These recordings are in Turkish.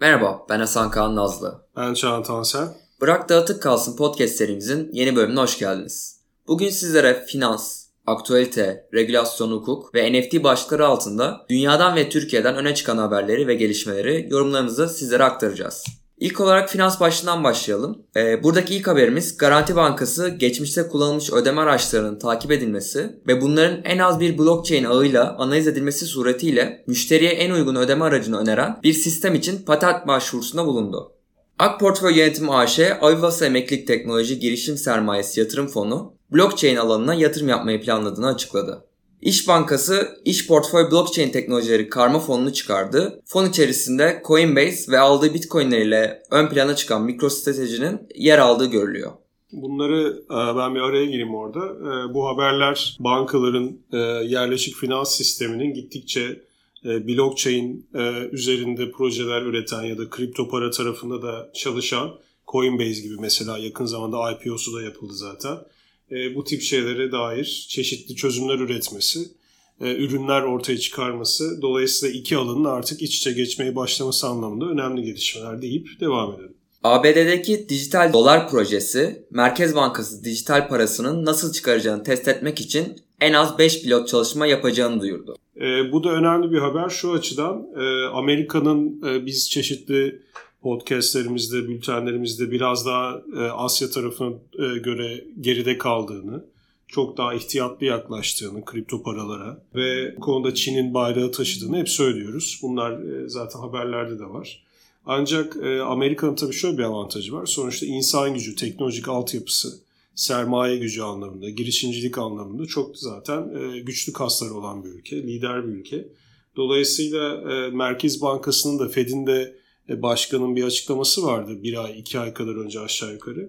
Merhaba, ben Hasan Kaan Nazlı. Ben Çağan Tansel. Bırak Dağıtık Kalsın podcast serimizin yeni bölümüne hoş geldiniz. Bugün sizlere finans, aktüelite, regülasyon hukuk ve NFT başlıkları altında dünyadan ve Türkiye'den öne çıkan haberleri ve gelişmeleri yorumlarımızı sizlere aktaracağız. İlk olarak finans başlığından başlayalım. Buradaki ilk haberimiz Garanti Bankası geçmişte kullanılmış ödeme araçlarının takip edilmesi ve bunların en az bir blockchain ağıyla analiz edilmesi suretiyle müşteriye en uygun ödeme aracını öneren bir sistem için patent başvurusunda bulundu. Ak Portföy Yönetimi AŞ, Avivası Emeklilik Teknoloji Girişim Sermayesi Yatırım Fonu, blockchain alanına yatırım yapmayı planladığını açıkladı. İş Bankası, İş Portföy Blockchain Teknolojileri Karma Fonu'nu çıkardı. Fon içerisinde Coinbase ve aldığı Bitcoin'leriyle ön plana çıkan MicroStrategy'nin yer aldığı görülüyor. Bunları ben bir araya gireyim orada. Bu haberler bankaların yerleşik finans sisteminin gittikçe blockchain üzerinde projeler üreten ya da kripto para tarafında da çalışan Coinbase gibi mesela yakın zamanda IPO'su da yapıldı zaten. Bu tip şeylere dair çeşitli çözümler üretmesi, ürünler ortaya çıkarması, dolayısıyla iki alanın artık iç içe geçmeye başlaması anlamında önemli gelişmeler deyip devam edelim. ABD'deki dijital dolar projesi, Merkez Bankası dijital parasının nasıl çıkaracağını test etmek için en az 5 pilot çalışma yapacağını duyurdu. Bu da önemli bir haber şu açıdan. Amerika'nın biz çeşitli podcastlerimizde, bültenlerimizde biraz daha Asya tarafına göre geride kaldığını, çok daha ihtiyatlı yaklaştığını kripto paralara ve bu konuda Çin'in bayrağı taşıdığını hep söylüyoruz. Bunlar zaten haberlerde de var. Ancak Amerika'nın tabii şöyle bir avantajı var. Sonuçta insan gücü, teknolojik altyapısı, sermaye gücü anlamında, girişimcilik anlamında çok zaten güçlü kasları olan bir ülke, lider bir ülke. Dolayısıyla Merkez Bankası'nın da Fed'in de başkanın bir açıklaması vardı 1 ay 2 ay kadar önce aşağı yukarı.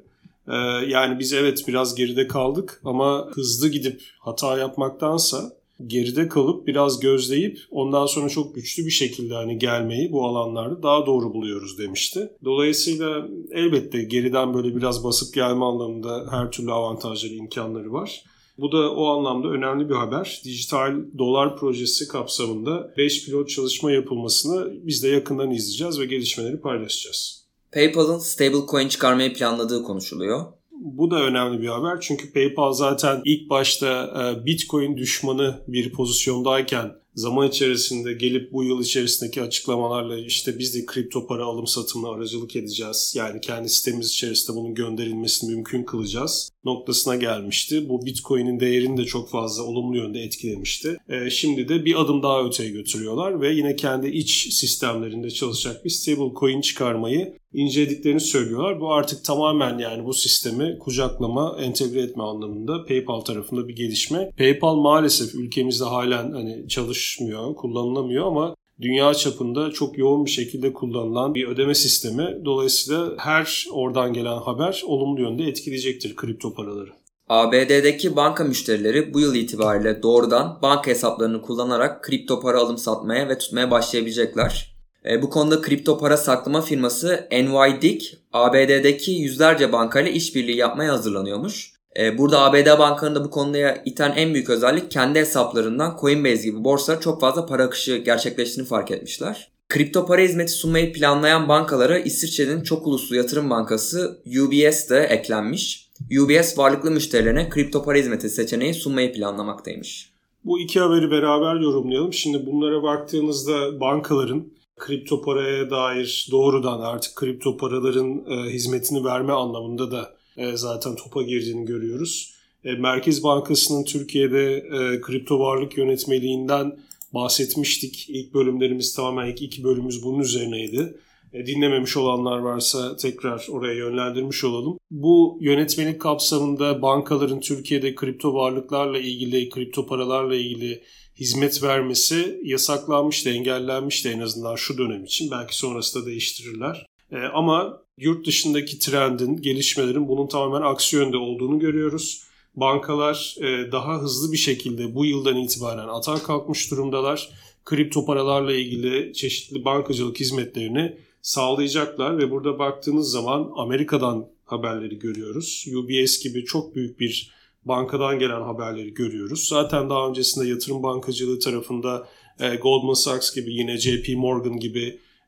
Yani biz evet biraz geride kaldık ama hızlı gidip hata yapmaktansa geride kalıp biraz gözleyip ondan sonra çok güçlü bir şekilde hani gelmeyi bu alanlarda daha doğru buluyoruz demişti. Dolayısıyla elbette geriden böyle biraz basıp gelme anlamında her türlü avantajları, imkanları var. Bu da o anlamda önemli bir haber. Dijital dolar projesi kapsamında 5 pilot çalışma yapılmasını biz de yakından izleyeceğiz ve gelişmeleri paylaşacağız. PayPal'ın stablecoin çıkarmayı planladığı konuşuluyor. Bu da önemli bir haber çünkü PayPal zaten ilk başta Bitcoin düşmanı bir pozisyondayken zaman içerisinde gelip bu yıl içerisindeki açıklamalarla işte biz de kripto para alım satımına aracılık edeceğiz. Yani kendi sitemiz içerisinde bunun gönderilmesini mümkün kılacağız noktasına gelmişti. Bu Bitcoin'in değerini de çok fazla olumlu yönde etkilemişti. Şimdi de bir adım daha öteye götürüyorlar ve yine kendi iç sistemlerinde çalışacak bir stablecoin çıkarmayı incelediklerini söylüyorlar. Bu artık tamamen yani bu sistemi kucaklama, entegre etme anlamında PayPal tarafında bir gelişme. PayPal maalesef ülkemizde halen hani çalışmıyor, kullanılamıyor ama dünya çapında çok yoğun bir şekilde kullanılan bir ödeme sistemi. Dolayısıyla her oradan gelen haber olumlu yönde etkileyecektir kripto paraları. ABD'deki banka müşterileri bu yıl itibariyle doğrudan banka hesaplarını kullanarak kripto para alım satmaya ve tutmaya başlayabilecekler. Bu konuda kripto para saklama firması NYDIG, ABD'deki yüzlerce bankayla işbirliği yapmaya hazırlanıyormuş. Burada ABD bankalarını da bu konuya iten en büyük özellik kendi hesaplarından Coinbase gibi borsalara çok fazla para akışı gerçekleştiğini fark etmişler. Kripto para hizmeti sunmayı planlayan bankalara İsviçre'nin çok uluslu yatırım bankası UBS de eklenmiş. UBS varlıklı müşterilerine kripto para hizmeti seçeneği sunmayı planlamaktaymış. Bu iki haberi beraber yorumlayalım. Şimdi bunlara baktığınızda bankaların kripto paraya dair doğrudan artık kripto paraların hizmetini verme anlamında da zaten topa girdiğini görüyoruz. Merkez Bankası'nın Türkiye'de kripto varlık yönetmeliğinden bahsetmiştik. İlk bölümlerimiz tamamen ilk 2 bölümümüz bunun üzerineydi. Dinlememiş olanlar varsa tekrar oraya yönlendirmiş olalım. Bu yönetmelik kapsamında bankaların Türkiye'de kripto varlıklarla ilgili, kripto paralarla ilgili hizmet vermesi yasaklanmıştı, engellenmişti en azından şu dönem için. Belki sonrasında değiştirirler. Ama yurt dışındaki trendin, gelişmelerin bunun tamamen aksi yönde olduğunu görüyoruz. Bankalar daha hızlı bir şekilde bu yıldan itibaren atağa kalkmış durumdalar. Kripto paralarla ilgili çeşitli bankacılık hizmetlerini sağlayacaklar ve burada baktığınız zaman Amerika'dan haberleri görüyoruz. UBS gibi çok büyük bir bankadan gelen haberleri görüyoruz. Zaten daha öncesinde yatırım bankacılığı tarafında Goldman Sachs gibi yine JP Morgan gibi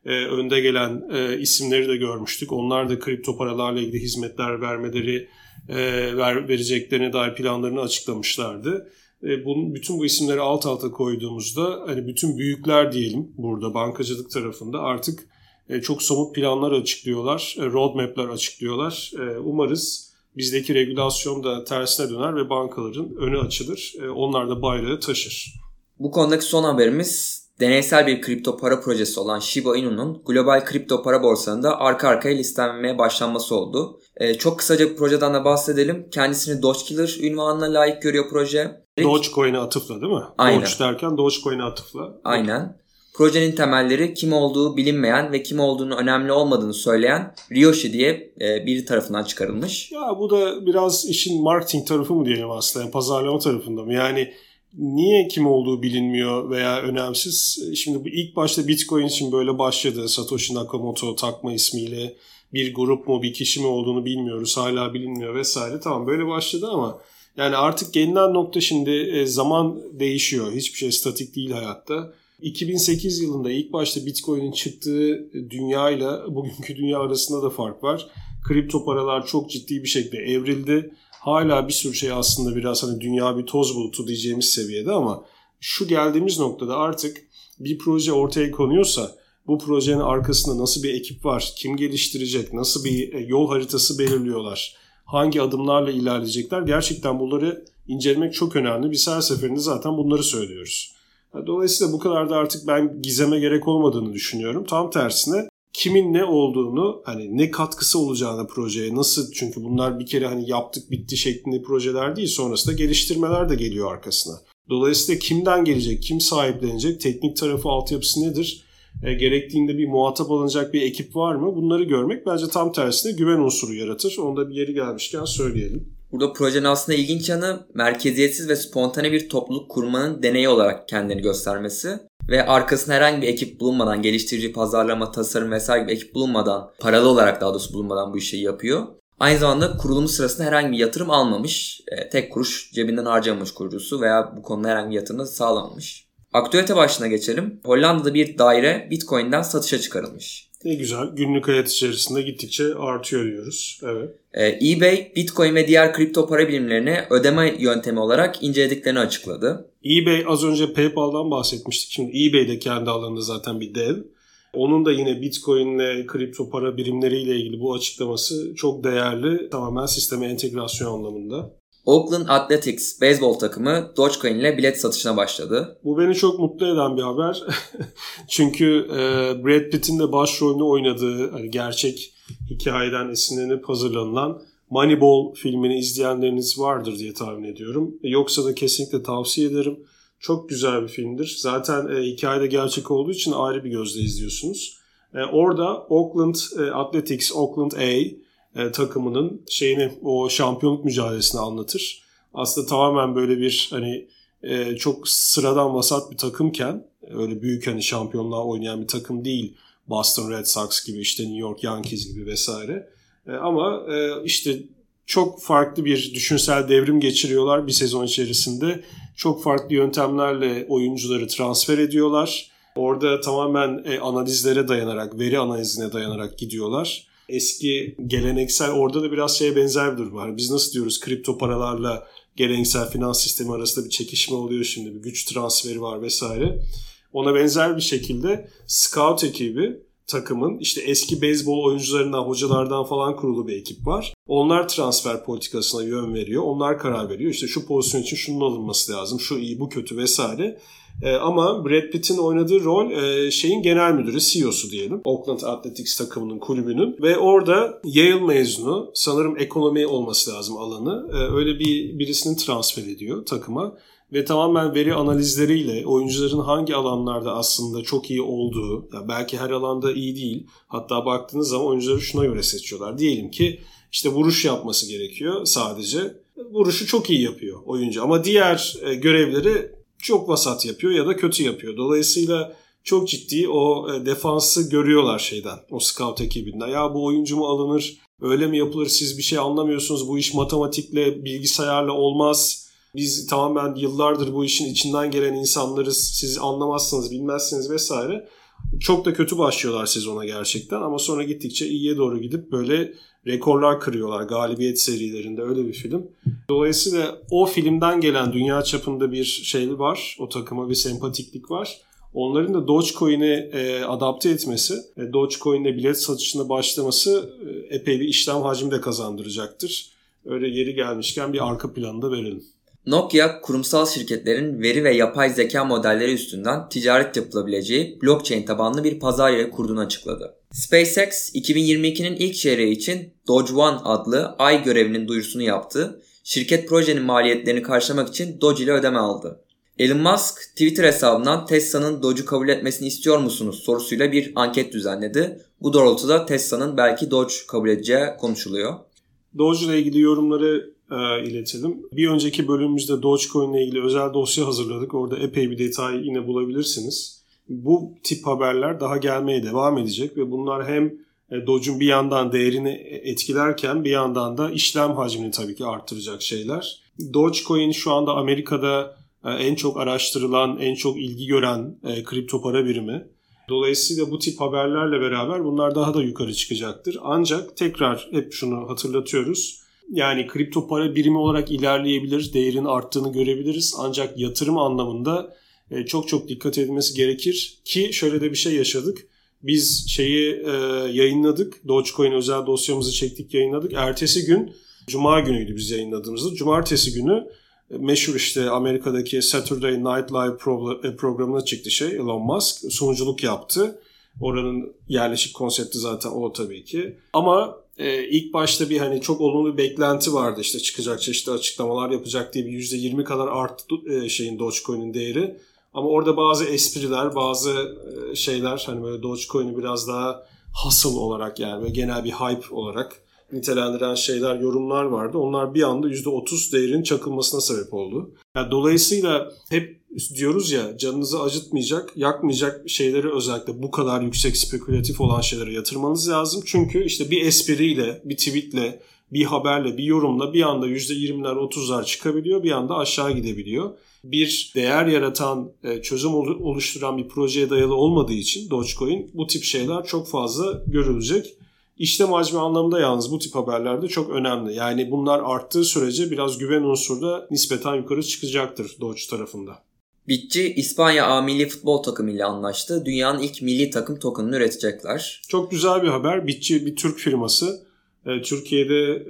önde gelen isimleri de görmüştük. Onlar da kripto paralarla ilgili hizmetler vereceklerine dair planlarını açıklamışlardı. Bütün bu isimleri alt alta koyduğumuzda hani bütün büyükler diyelim burada bankacılık tarafında artık çok somut planlar açıklıyorlar, roadmap'ler açıklıyorlar. Umarız bizdeki regülasyon da tersine döner ve bankaların önü açılır. Onlar da bayrağı taşır. Bu konudaki son haberimiz deneysel bir kripto para projesi olan Shiba Inu'nun global kripto para borsalarında arka arkaya listelenmeye başlanması oldu. Çok kısaca bir projeden de bahsedelim. Kendisini Dogecoin ünvanına layık görüyor proje. Dogecoin'e atıfla değil mi? Aynen. Doge derken Dogecoin'e atıfla. Aynen. Projenin temelleri kim olduğu bilinmeyen ve kim olduğunu önemli olmadığını söyleyen Ryoshi diye biri tarafından çıkarılmış. Ya bu da biraz işin marketing tarafı mı diyelim aslında, yani pazarlama tarafında mı? Yani niye kim olduğu bilinmiyor veya önemsiz? Şimdi bu ilk başta Bitcoin için böyle başladı. Satoshi Nakamoto takma ismiyle bir grup mu bir kişi mi olduğunu bilmiyoruz. Hala bilinmiyor vesaire. Tamam böyle başladı ama yani artık gelinen nokta şimdi zaman değişiyor. Hiçbir şey statik değil hayatta. 2008 yılında ilk başta Bitcoin'in çıktığı dünyayla bugünkü dünya arasında da fark var. Kripto paralar çok ciddi bir şekilde evrildi. Hala bir sürü şey aslında biraz hani dünya bir toz bulutu diyeceğimiz seviyede ama şu geldiğimiz noktada artık bir proje ortaya konuyorsa bu projenin arkasında nasıl bir ekip var, kim geliştirecek, nasıl bir yol haritası belirliyorlar, hangi adımlarla ilerleyecekler, gerçekten bunları incelemek çok önemli. Biz her seferinde zaten bunları söylüyoruz. Dolayısıyla bu kadar da artık ben gizeme gerek olmadığını düşünüyorum. Tam tersine kimin ne olduğunu, hani ne katkısı olacağını projeye nasıl, çünkü bunlar bir kere hani yaptık bitti şeklinde projeler değil, sonrasında geliştirmeler de geliyor arkasına. Dolayısıyla kimden gelecek, kim sahiplenecek, teknik tarafı altyapısı nedir, gerektiğinde bir muhatap alınacak bir ekip var mı, bunları görmek bence tam tersine güven unsuru yaratır. Onu da bir yeri gelmişken söyleyelim. Burada projenin aslında ilginç yanı merkeziyetsiz ve spontane bir topluluk kurmanın deneyi olarak kendini göstermesi ve arkasında herhangi bir ekip bulunmadan, geliştirici, pazarlama, tasarım vesaire gibi ekip bulunmadan, paralı olarak daha doğrusu bulunmadan bu işi yapıyor. Aynı zamanda kurulumu sırasında herhangi bir yatırım almamış, tek kuruş cebinden harcamamış kurucusu veya bu konuda herhangi bir yatırım da sağlanmamış. Aktüelite başlığına geçelim. Hollanda'da bir daire Bitcoin'den satışa çıkarılmış. Ne güzel. Günlük hayat içerisinde gittikçe artıyor diyoruz. Evet. eBay, Bitcoin ve diğer kripto para birimlerini ödeme yöntemi olarak incelediklerini açıkladı. eBay, az önce PayPal'dan bahsetmiştik. Şimdi eBay de kendi alanında zaten bir dev. Onun da yine Bitcoin ile kripto para birimleriyle ilgili bu açıklaması çok değerli. Tamamen sisteme entegrasyon anlamında. Oakland Athletics beyzbol takımı Dogecoin ile bilet satışına başladı. Bu beni çok mutlu eden bir haber. Çünkü Brad Pitt'in de başrolünü oynadığı hani gerçek hikayeden esinlenip hazırlanılan Moneyball filmini izleyenleriniz vardır diye tahmin ediyorum. Yoksa da kesinlikle tavsiye ederim. Çok güzel bir filmdir. Zaten hikayede gerçek olduğu için ayrı bir gözle izliyorsunuz. Orada Oakland Athletics, Oakland A takımının o şampiyonluk mücadelesini anlatır. Aslında tamamen böyle bir hani çok sıradan vasat bir takımken, öyle büyük hani şampiyonluğa oynayan bir takım değil. Boston Red Sox gibi, işte New York Yankees gibi vesaire. Ama işte çok farklı bir düşünsel devrim geçiriyorlar bir sezon içerisinde. Çok farklı yöntemlerle oyuncuları transfer ediyorlar. Orada tamamen analizlere dayanarak, veri analizine dayanarak gidiyorlar. Eski geleneksel, orada da biraz şeye benzer bir durum var. Biz nasıl diyoruz, kripto paralarla geleneksel finans sistemi arasında bir çekişme oluyor şimdi, bir güç transferi var vesaire. Ona benzer bir şekilde scout ekibi takımın, işte eski beyzbol oyuncularından, hocalardan falan kurulu bir ekip var. Onlar transfer politikasına yön veriyor. Onlar karar veriyor. İşte şu pozisyon için şunun alınması lazım, şu iyi, bu kötü vesaire. Ama Brad Pitt'in oynadığı rol genel müdürü, CEO'su diyelim. Oakland Athletics takımının, kulübünün. Ve orada Yale mezunu, sanırım ekonomi olması lazım alanı. Öyle birisini transfer ediyor takıma. Ve tamamen veri analizleriyle oyuncuların hangi alanlarda aslında çok iyi olduğu, yani belki her alanda iyi değil. Hatta baktığınız zaman oyuncuları şuna göre seçiyorlar. Diyelim ki işte vuruş yapması gerekiyor sadece. Vuruşu çok iyi yapıyor oyuncu ama diğer görevleri çok vasat yapıyor ya da kötü yapıyor. Dolayısıyla çok ciddi o defansı görüyorlar o scout ekibinden. Ya bu oyuncu mu alınır, öyle mi yapılır, siz bir şey anlamıyorsunuz, bu iş matematikle, bilgisayarla olmaz. Biz tamamen yıllardır bu işin içinden gelen insanlarız, siz anlamazsınız, bilmezsiniz vesaire. Çok da kötü başlıyorlar sezona gerçekten ama sonra gittikçe iyiye doğru gidip böyle rekorlar kırıyorlar galibiyet serilerinde, öyle bir film. Dolayısıyla o filmden gelen dünya çapında bir şey var. O takıma bir sempatiklik var. Onların da Dogecoin'e adapte etmesi, Dogecoin'le bilet satışına başlaması epey bir işlem hacmi de kazandıracaktır. Öyle yeri gelmişken bir arka planı da verelim. Nokia, kurumsal şirketlerin veri ve yapay zeka modelleri üstünden ticaret yapılabileceği blockchain tabanlı bir pazar yeri kurduğunu açıkladı. SpaceX, 2022'nin ilk çeyreği için Doge One adlı ay görevinin duyurusunu yaptı. Şirket projenin maliyetlerini karşılamak için Doge ile ödeme aldı. Elon Musk, Twitter hesabından Tesla'nın Doge'u kabul etmesini istiyor musunuz sorusuyla bir anket düzenledi. Bu doğrultuda Tesla'nın belki Doge kabul edeceği konuşuluyor. Doge ile ilgili yorumları iletelim. Bir önceki bölümümüzde Dogecoin ile ilgili özel dosya hazırladık. Orada epey bir detay yine bulabilirsiniz. Bu tip haberler daha gelmeye devam edecek ve bunlar hem Doge'un bir yandan değerini etkilerken bir yandan da işlem hacmini tabii ki arttıracak şeyler. Dogecoin şu anda Amerika'da en çok araştırılan, en çok ilgi gören kripto para birimi. Dolayısıyla bu tip haberlerle beraber bunlar daha da yukarı çıkacaktır. Ancak tekrar hep şunu hatırlatıyoruz. Yani kripto para birimi olarak ilerleyebilir, değerinin arttığını görebiliriz. Ancak yatırım anlamında çok çok dikkat edilmesi gerekir ki şöyle de bir şey yaşadık. Biz yayınladık, Dogecoin özel dosyamızı çektik, yayınladık. Ertesi gün, Cuma günüydü biz yayınladığımızda. Cumartesi günü meşhur işte Amerika'daki Saturday Night Live programına çıktı Elon Musk. Sunuculuk yaptı. Oranın yerleşik konsepti zaten o tabii ki. Ama ilk başta bir hani çok olumlu bir beklenti vardı. İşte çıkacak çeşitli açıklamalar yapacak diye bir %20 kadar arttı Dogecoin'in değeri. Ama orada bazı espriler, bazı şeyler hani böyle Dogecoin'i biraz daha hustle olarak yani ve genel bir hype olarak nitelendiren şeyler, yorumlar vardı. Onlar bir anda %30 değerinin çakılmasına sebep oldu. Yani dolayısıyla hep diyoruz ya, canınızı acıtmayacak, yakmayacak şeyleri, özellikle bu kadar yüksek spekülatif olan şeylere yatırmanız lazım. Çünkü işte bir espriyle, bir tweetle, bir haberle, bir yorumla bir anda %20'ler, 30'lar çıkabiliyor, bir anda aşağı gidebiliyor. Bir değer yaratan, çözüm oluşturan bir projeye dayalı olmadığı için Dogecoin, bu tip şeyler çok fazla görülecek. İşlem hacmi anlamında yalnız bu tip haberlerde çok önemli. Yani bunlar arttığı sürece biraz güven unsuru da nispeten yukarı çıkacaktır Doge tarafında. Bitçi, İspanya A milli futbol takımı ile anlaştı. Dünyanın ilk milli takım tokenını üretecekler. Çok güzel bir haber. Bitçi bir Türk firması. Türkiye'de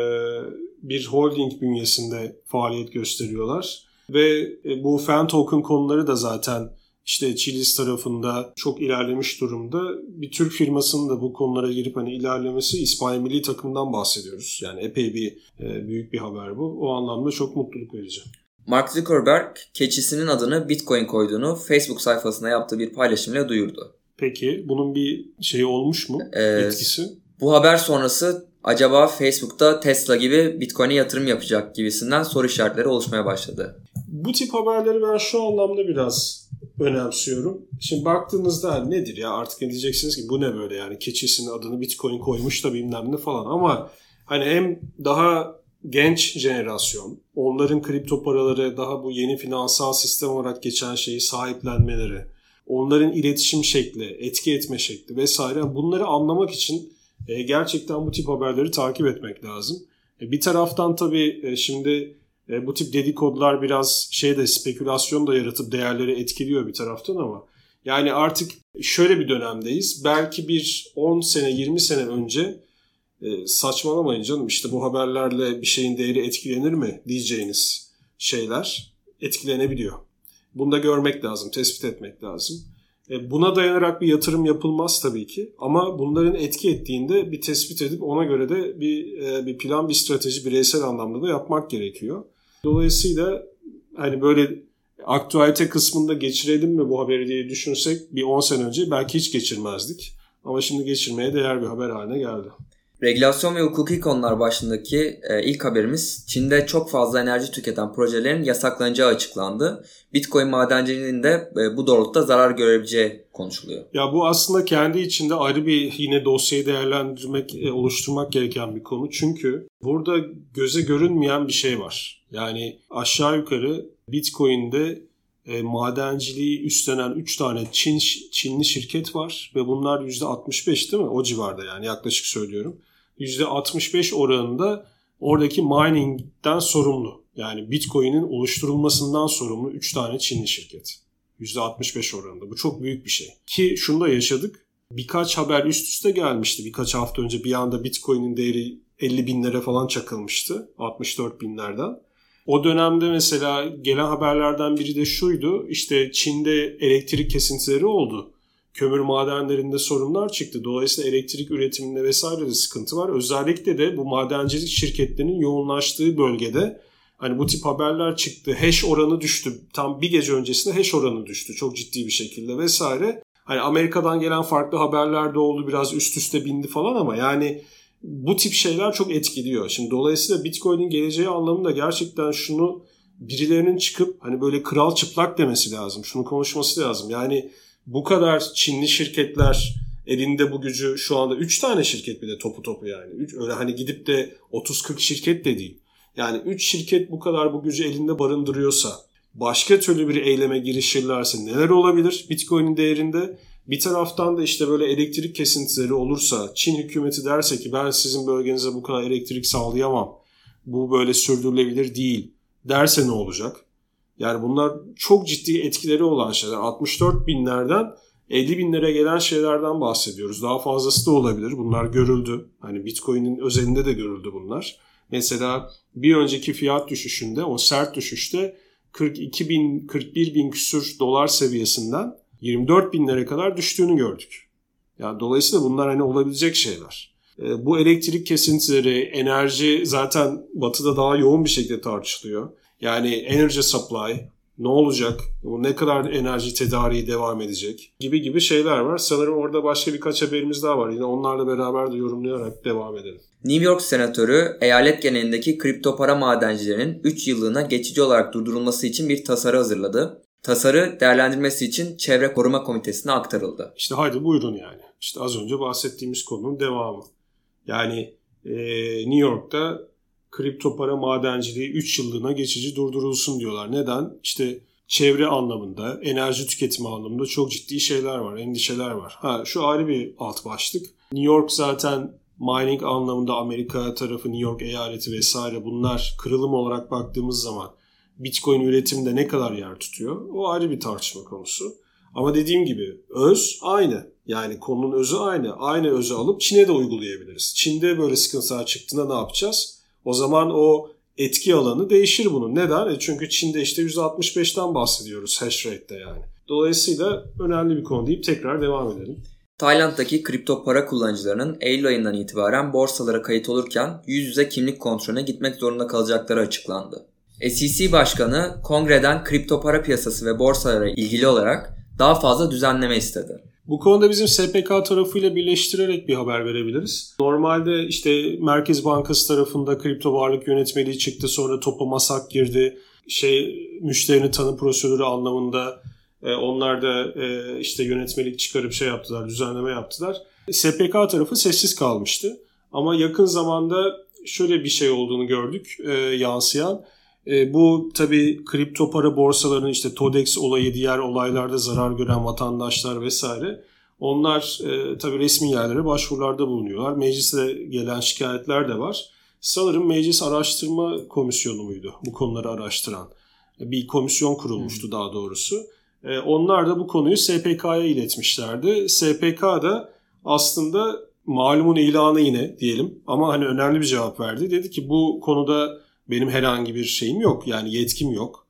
bir holding bünyesinde faaliyet gösteriyorlar. Ve bu fan token konuları da zaten İşte Chiliz tarafında çok ilerlemiş durumda. Bir Türk firmasının da bu konulara girip hani ilerlemesi, İspanya milli takımından bahsediyoruz. Yani epey bir büyük bir haber bu. O anlamda çok mutluluk verici. Mark Zuckerberg, keçisinin adını Bitcoin koyduğunu Facebook sayfasına yaptığı bir paylaşımla duyurdu. Peki bunun bir şeyi olmuş mu? Etkisi? Bu haber sonrası acaba Facebook'ta Tesla gibi Bitcoin'e yatırım yapacak gibisinden soru işaretleri oluşmaya başladı. Bu tip haberleri ben şu anlamda biraz önemsiyorum. Şimdi baktığınızda nedir ya, artık ne diyeceksiniz ki, bu ne böyle yani, keçisinin adını Bitcoin koymuş da bilmem ne falan, ama hani hem daha genç jenerasyon, onların kripto paraları daha bu yeni finansal sistem olarak geçen şeyi sahiplenmeleri, onların iletişim şekli, etki etme şekli vesaire, bunları anlamak için gerçekten bu tip haberleri takip etmek lazım. Bir taraftan tabii şimdi bu tip dedikodular biraz spekülasyon da yaratıp değerleri etkiliyor bir taraftan, ama yani artık şöyle bir dönemdeyiz. Belki bir 10 sene 20 sene önce saçmalamayın canım işte bu haberlerle bir şeyin değeri etkilenir mi diyeceğiniz şeyler etkilenebiliyor. Bunu da görmek lazım, tespit etmek lazım. Buna dayanarak bir yatırım yapılmaz tabii ki, ama bunların etki ettiğinde bir tespit edip ona göre de bir plan, bir strateji bireysel anlamda da yapmak gerekiyor. Dolayısıyla hani böyle aktüelite kısmında geçirelim mi bu haberi diye düşünsek bir 10 sene önce belki hiç geçirmezdik. Ama şimdi geçirmeye değer bir haber haline geldi. Regülasyon ve hukuki konular başındaki ilk haberimiz, Çin'de çok fazla enerji tüketen projelerin yasaklanacağı açıklandı. Bitcoin madenciliğinin de bu doğrultuda zarar görebileceği konuşuluyor. Ya bu aslında kendi içinde ayrı bir yine dosyayı değerlendirmek, oluşturmak gereken bir konu. Çünkü burada göze görünmeyen bir şey var. Yani aşağı yukarı Bitcoin'de madenciliği üstlenen 3 tane Çinli şirket var ve bunlar %65 değil mi? O civarda yani yaklaşık söylüyorum. %65 oranında oradaki mining'den sorumlu. Yani Bitcoin'in oluşturulmasından sorumlu 3 tane Çinli şirket. %65 oranında. Bu çok büyük bir şey. Ki şunu da yaşadık. Birkaç haber üst üste gelmişti. Birkaç hafta önce bir anda Bitcoin'in değeri 50 binlere falan çakılmıştı. 64 binlerden. O dönemde mesela gelen haberlerden biri de şuydu. İşte Çin'de elektrik kesintileri oldu. Kömür madenlerinde sorunlar çıktı. Dolayısıyla elektrik üretiminde vesaire de sıkıntı var. Özellikle de bu madencilik şirketlerinin yoğunlaştığı bölgede hani bu tip haberler çıktı. Hash oranı düştü. Tam bir gece öncesinde hash oranı düştü. Çok ciddi bir şekilde vesaire. Hani Amerika'dan gelen farklı haberler de oldu. Biraz üst üste bindi falan ama yani bu tip şeyler çok etkiliyor. Şimdi dolayısıyla Bitcoin'in geleceği anlamında gerçekten şunu birilerinin çıkıp hani böyle kral çıplak demesi lazım. Şunu konuşması lazım. Yani bu kadar Çinli şirketler elinde bu gücü şu anda 3 tane şirket bile topu yani. Öyle hani gidip de 30-40 şirket de değil. Yani 3 şirket bu kadar bu gücü elinde barındırıyorsa başka türlü bir eyleme girişirlerse neler olabilir Bitcoin'in değerinde? Bir taraftan da işte böyle elektrik kesintileri olursa Çin hükümeti derse ki ben sizin bölgenize bu kadar elektrik sağlayamam. Bu böyle sürdürülebilir değil derse ne olacak? Yani bunlar çok ciddi etkileri olan şeyler. 64 binlerden 50 binlere gelen şeylerden bahsediyoruz. Daha fazlası da olabilir. Bunlar görüldü. Hani Bitcoin'in özelinde de görüldü bunlar. Mesela bir önceki fiyat düşüşünde, o sert düşüşte 42 bin, 41 bin küsür dolar seviyesinden 24 binlere kadar düştüğünü gördük. Yani dolayısıyla bunlar hani olabilecek şeyler. Bu elektrik kesintileri, enerji zaten Batı'da daha yoğun bir şekilde tartışılıyor. Yani energy supply ne olacak? Ne kadar enerji tedariği devam edecek? Gibi şeyler var. Sanırım orada başka birkaç haberimiz daha var. Yine onlarla beraber de yorumlayarak devam edelim. New York Senatörü eyalet genelindeki kripto para madencilerinin 3 yıllığına geçici olarak durdurulması için bir tasarı hazırladı. Tasarı değerlendirmesi için Çevre Koruma Komitesi'ne aktarıldı. İşte haydi buyurun yani. İşte az önce bahsettiğimiz konunun devamı. Yani New York'ta kripto para madenciliği 3 yıllığına geçici durdurulsun diyorlar. Neden? İşte çevre anlamında, enerji tüketimi anlamında çok ciddi şeyler var, endişeler var. Şu ayrı bir alt başlık. New York zaten mining anlamında Amerika tarafı, New York eyaleti vesaire bunlar kırılım olarak baktığımız zaman Bitcoin üretiminde ne kadar yer tutuyor? O ayrı bir tartışma konusu. Ama dediğim gibi öz aynı. Yani konunun özü aynı. Aynı özü alıp Çin'e de uygulayabiliriz. Çin'de böyle sıkıntılar çıktığında ne yapacağız? O zaman o etki alanı değişir bunun. Neden? Çünkü Çin'de işte %65'ten bahsediyoruz hash rate'de yani. Dolayısıyla önemli bir konu deyip tekrar devam edelim. Tayland'daki kripto para kullanıcılarının Eylül ayından itibaren borsalara kayıt olurken yüz yüze kimlik kontrolüne gitmek zorunda kalacakları açıklandı. SEC Başkanı kongreden kripto para piyasası ve borsalara ilgili olarak daha fazla düzenleme istedi. Bu konuda bizim SPK tarafıyla birleştirerek bir haber verebiliriz. Normalde işte Merkez Bankası tarafında kripto varlık yönetmeliği çıktı, sonra topa MASAK girdi. Müşterini tanı prosedürü anlamında onlar da işte yönetmelik çıkarıp yaptılar, düzenleme yaptılar. SPK tarafı sessiz kalmıştı. Ama yakın zamanda şöyle bir şey olduğunu gördük yansıyan. Bu tabii kripto para borsalarının işte TODEX olayı, diğer olaylarda zarar gören vatandaşlar vesaire, onlar tabii resmi yerlere başvurularda bulunuyorlar. Meclise gelen şikayetler de var. Sanırım Meclis Araştırma Komisyonu muydu bu konuları araştıran? Bir komisyon kurulmuştu daha doğrusu. Onlar da bu konuyu SPK'ya iletmişlerdi. SPK da aslında malumun ilanı yine diyelim ama hani önemli bir cevap verdi. Dedi ki bu konuda benim herhangi bir şeyim yok. Yani yetkim yok.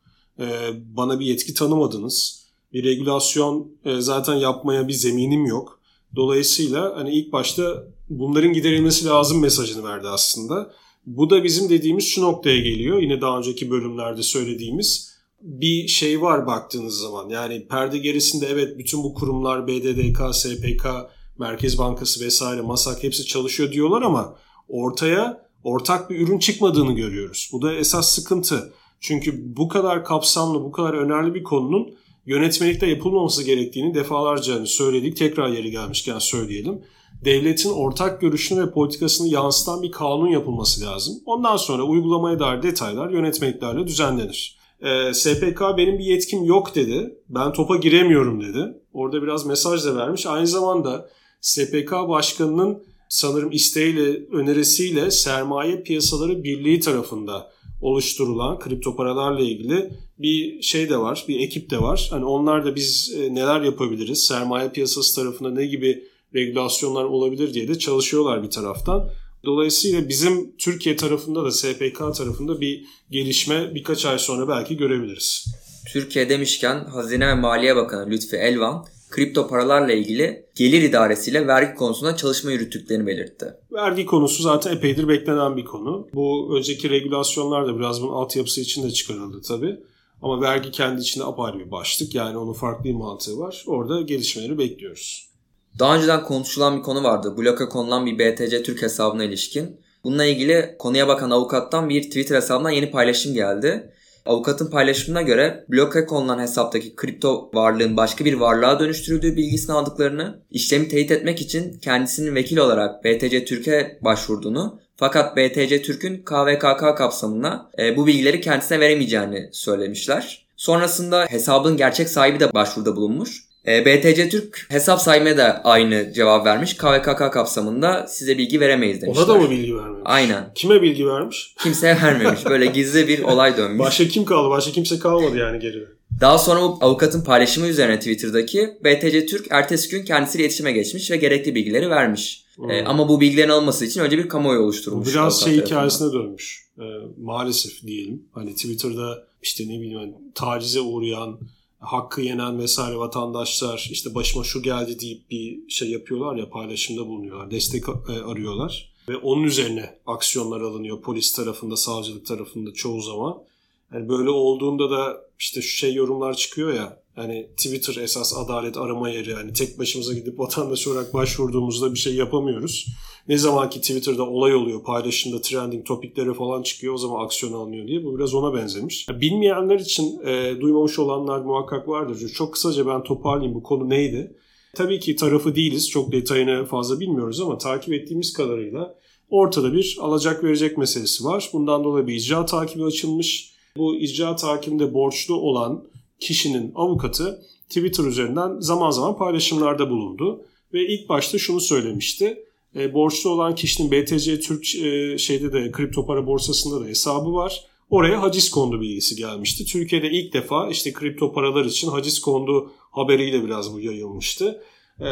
Bana bir yetki tanımadınız. Bir regülasyon zaten yapmaya bir zeminim yok. Dolayısıyla hani ilk başta bunların giderilmesi lazım mesajını verdi aslında. Bu da bizim dediğimiz şu noktaya geliyor. Yine daha önceki bölümlerde söylediğimiz bir şey var baktığınız zaman. Yani perde gerisinde evet bütün bu kurumlar BDDK, SPK, Merkez Bankası vesaire, MASAK hepsi çalışıyor diyorlar ama ortaya ortak bir ürün çıkmadığını görüyoruz. Bu da esas sıkıntı. Çünkü bu kadar kapsamlı, bu kadar önemli bir konunun yönetmelikte yapılmaması gerektiğini defalarca söyledik. Tekrar yeri gelmişken söyleyelim. Devletin ortak görüşünü ve politikasını yansıtan bir kanun yapılması lazım. Ondan sonra uygulamaya dair detaylar yönetmeliklerle düzenlenir. SPK benim bir yetkim yok dedi. Ben topa giremiyorum dedi. Orada biraz mesaj da vermiş. Aynı zamanda SPK Başkanı'nın sanırım isteğiyle, önerisiyle Sermaye Piyasaları Birliği tarafında oluşturulan kripto paralarla ilgili bir şey de var, bir ekip de var. Hani onlar da biz neler yapabiliriz, sermaye piyasası tarafında ne gibi regülasyonlar olabilir diye de çalışıyorlar bir taraftan. Dolayısıyla bizim Türkiye tarafında da SPK tarafında bir gelişme birkaç ay sonra belki görebiliriz. Türkiye demişken Hazine ve Maliye Bakanı Lütfi Elvan, kripto paralarla ilgili Gelir İdaresi ile vergi konusunda çalışma yürüttüklerini belirtti. Vergi konusu zaten epeydir beklenen bir konu. Bu önceki regülasyonlar da biraz bunun altyapısı için de çıkarıldı tabii. Ama vergi kendi içinde apayrı bir başlık. Yani onun farklı bir mantığı var. Orada gelişmeleri bekliyoruz. Daha önceden konuşulan bir konu vardı. Bloka konulan bir BTC Türk hesabına ilişkin. Bununla ilgili konuya bakan avukattan bir Twitter hesabından yeni paylaşım geldi. Avukatın paylaşımına göre bloka konulan hesaptaki kripto varlığın başka bir varlığa dönüştürüldüğü bilgisini aldıklarını, işlemi teyit etmek için kendisinin vekil olarak BTC Türk'e başvurduğunu, fakat BTC Türk'ün KVKK kapsamında bu bilgileri kendisine veremeyeceğini söylemişler. Sonrasında hesabın gerçek sahibi de başvuruda bulunmuş. BTC Türk hesap sahibine de aynı cevap vermiş. KVKK kapsamında size bilgi veremeyiz demişler. Ona da mı bilgi vermemiş? Aynen. Kime bilgi vermiş? Kimseye vermemiş. Böyle gizli bir olay dönmüş. Başka kim kaldı? Başka kimse kalmadı yani geride. Daha sonra bu avukatın paylaşımı üzerine Twitter'daki BTC Türk ertesi gün kendisiyle iletişime geçmiş ve gerekli bilgileri vermiş. Ama bu bilgilerin alınması için önce bir kamuoyu oluşturulmuş. Biraz hikayesine dönmüş. Maalesef diyelim. Hani Twitter'da işte ne bileyim hani, tacize uğrayan, hakkı yenen vesaire vatandaşlar işte başıma şu geldi deyip bir şey yapıyorlar ya, paylaşımda bulunuyorlar, destek arıyorlar ve onun üzerine aksiyonlar alınıyor polis tarafında, savcılık tarafında çoğu zaman. Yani böyle olduğunda da işte şu şey yorumlar çıkıyor ya, hani Twitter esas adalet arama yeri, hani tek başımıza gidip vatandaş olarak başvurduğumuzda bir şey yapamıyoruz. Ne zaman ki Twitter'da olay oluyor, paylaşımda trending topikleri falan çıkıyor, o zaman aksiyon alınıyor diye. Bu biraz ona benzemiş. Bilmeyenler için duymamış olanlar muhakkak vardır. Çok kısaca ben toparlayayım, bu konu neydi? Tabii ki tarafı değiliz, çok detayını fazla bilmiyoruz ama takip ettiğimiz kadarıyla ortada bir alacak verecek meselesi var. Bundan dolayı bir icra takibi açılmış. Bu icra takibinde borçlu olan kişinin avukatı Twitter üzerinden zaman zaman paylaşımlarda bulundu. Ve ilk başta şunu söylemişti. Borçlu olan kişinin BTC Türk şeyde de kripto para borsasında da hesabı var. Oraya haciz kondu bilgisi gelmişti. Türkiye'de ilk defa işte kripto paralar için haciz kondu haberiyle biraz bu yayılmıştı.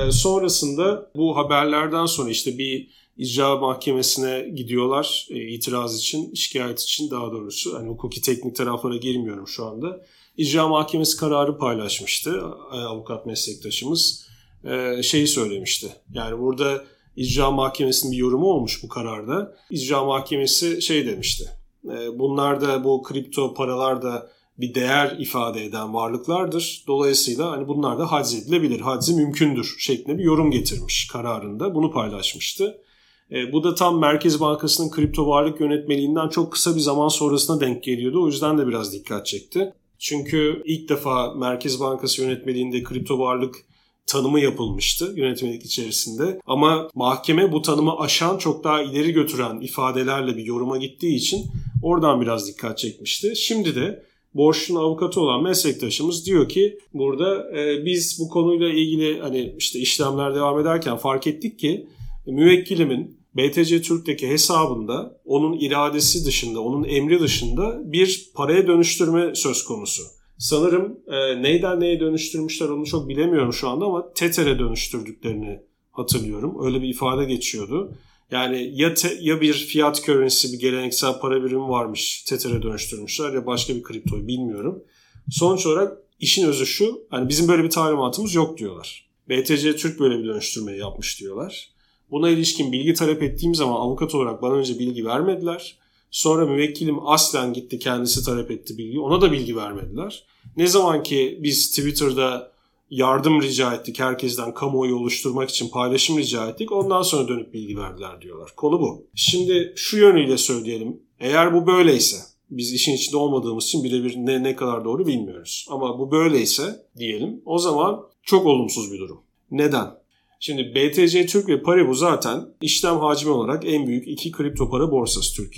Sonrasında bu haberlerden sonra işte bir icra mahkemesine gidiyorlar itiraz için, şikayet için daha doğrusu. Hani hukuki teknik taraflara girmiyorum şu anda. İcra mahkemesi kararı paylaşmıştı avukat meslektaşımız. Şeyi söylemişti. Yani burada İcra Mahkemesi'nin bir yorumu olmuş bu kararda. İcra Mahkemesi şey demişti. Bunlar da, bu kripto paralar da bir değer ifade eden varlıklardır. Dolayısıyla hani bunlar da haczedilebilir, haczi mümkündür şeklinde bir yorum getirmiş kararında. Bunu paylaşmıştı. Bu da tam Merkez Bankası'nın kripto varlık yönetmeliğinden çok kısa bir zaman sonrasına denk geliyordu. O yüzden de biraz dikkat çekti. Çünkü ilk defa Merkez Bankası yönetmeliğinde kripto varlık tanımı yapılmıştı yönetmelik içerisinde. Ama mahkeme bu tanımı aşan, çok daha ileri götüren ifadelerle bir yoruma gittiği için oradan biraz dikkat çekmişti. Şimdi de borçlunun avukatı olan meslektaşımız diyor ki burada biz bu konuyla ilgili hani işte işlemler devam ederken fark ettik ki müvekkilimin BTC Türk'teki hesabında onun iradesi dışında, onun emri dışında bir paraya dönüştürme söz konusu. Sanırım neyden neye dönüştürmüşler onu çok bilemiyorum şu anda ama Tether'e dönüştürdüklerini hatırlıyorum. Öyle bir ifade geçiyordu. Yani ya bir fiat currency, bir geleneksel para birimi varmış, Tether'e dönüştürmüşler, ya başka bir kriptoyu bilmiyorum. Sonuç olarak işin özü şu, hani bizim böyle bir talimatımız yok diyorlar. BTC Türk böyle bir dönüştürmeyi yapmış diyorlar. Buna ilişkin bilgi talep ettiğim zaman avukat olarak bana önce bilgi vermediler. Sonra müvekkilim aslen gitti, kendisi talep etti bilgi. Ona da bilgi vermediler. Ne zaman ki biz Twitter'da yardım rica ettik, herkesten kamuoyu oluşturmak için paylaşım rica ettik, ondan sonra dönüp bilgi verdiler diyorlar. Konu bu. Şimdi şu yönüyle söyleyelim. Eğer bu böyleyse, biz işin içinde olmadığımız için birebir ne kadar doğru bilmiyoruz. Ama bu böyleyse diyelim, o zaman çok olumsuz bir durum. Neden? Şimdi BTC Türk ve Paribu zaten işlem hacmi olarak en büyük iki kripto para borsası Türkiye'de.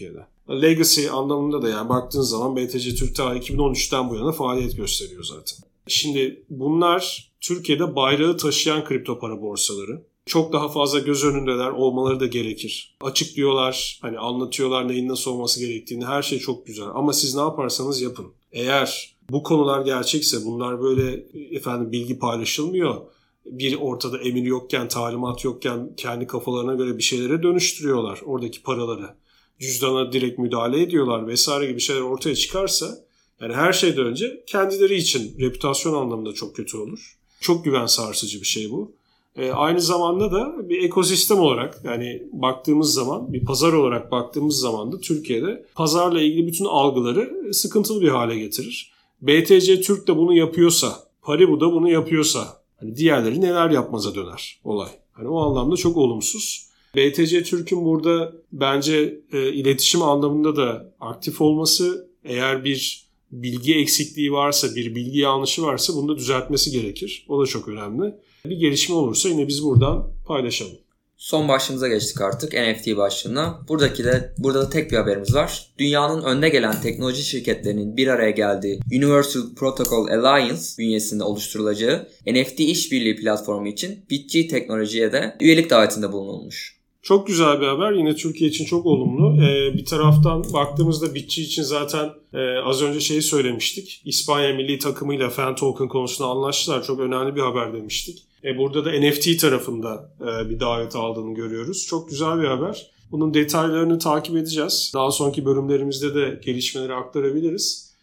Legacy anlamında da yani baktığın zaman BTC Türk ta 2013'ten bu yana faaliyet gösteriyor zaten. Şimdi bunlar Türkiye'de bayrağı taşıyan kripto para borsaları. Çok daha fazla göz önündeler, olmaları da gerekir. Açıklıyorlar, hani anlatıyorlar neyin nasıl olması gerektiğini, her şey çok güzel. Ama siz ne yaparsanız yapın. Eğer bu konular gerçekse, bunlar böyle bilgi paylaşılmıyor. Bir ortada emir yokken, talimat yokken kendi kafalarına göre bir şeylere dönüştürüyorlar oradaki paraları. Cüzdana direkt müdahale ediyorlar vesaire gibi şeyler ortaya çıkarsa, yani her şeyden önce kendileri için reputasyon anlamında çok kötü olur. Çok güven sarsıcı bir şey bu. Aynı zamanda da bir ekosistem olarak, yani baktığımız zaman, bir pazar olarak baktığımız zaman da Türkiye'de pazarla ilgili bütün algıları sıkıntılı bir hale getirir. BTC Türk de bunu yapıyorsa, Paribu da bunu yapıyorsa, hani diğerleri neler yapmaza döner olay. Hani o anlamda çok olumsuz. BTC Türk'ün burada bence iletişim anlamında da aktif olması, eğer bir bilgi eksikliği varsa, bir bilgi yanlışı varsa bunu da düzeltmesi gerekir. O da çok önemli. Bir gelişme olursa yine biz buradan paylaşalım. Son başlığımıza geçtik artık, NFT başlığına. Burada da tek bir haberimiz var. Dünyanın önde gelen teknoloji şirketlerinin bir araya geldiği Universal Protocol Alliance bünyesinde oluşturulacağı NFT işbirliği platformu için BitG Teknoloji'ye de üyelik davetinde bulunulmuş. Çok güzel bir haber. Yine Türkiye için çok olumlu. Bir taraftan baktığımızda BitG için zaten az önce şeyi söylemiştik. İspanya milli takımıyla Fan Token konusunda anlaştılar. Çok önemli bir haber demiştik. Burada da NFT tarafında bir davet aldığını görüyoruz. Çok güzel bir haber. Bunun detaylarını takip edeceğiz. Daha sonraki bölümlerimizde de gelişmeleri aktarabiliriz.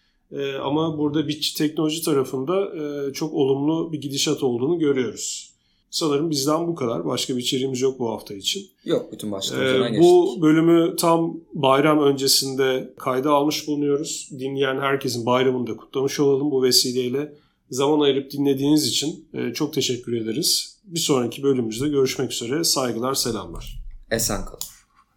Ama burada BitG Teknoloji tarafında çok olumlu bir gidişat olduğunu görüyoruz. Sanırım bizden bu kadar. Başka bir içeriğimiz yok bu hafta için. Yok, bütün başlıklarına geçtik. Bu bölümü tam bayram öncesinde kayda almış bulunuyoruz. Dinleyen herkesin bayramını da kutlamış olalım bu vesileyle. Zaman ayırıp dinlediğiniz için çok teşekkür ederiz. Bir sonraki bölümümüzde görüşmek üzere. Saygılar, selamlar. Esen kalın.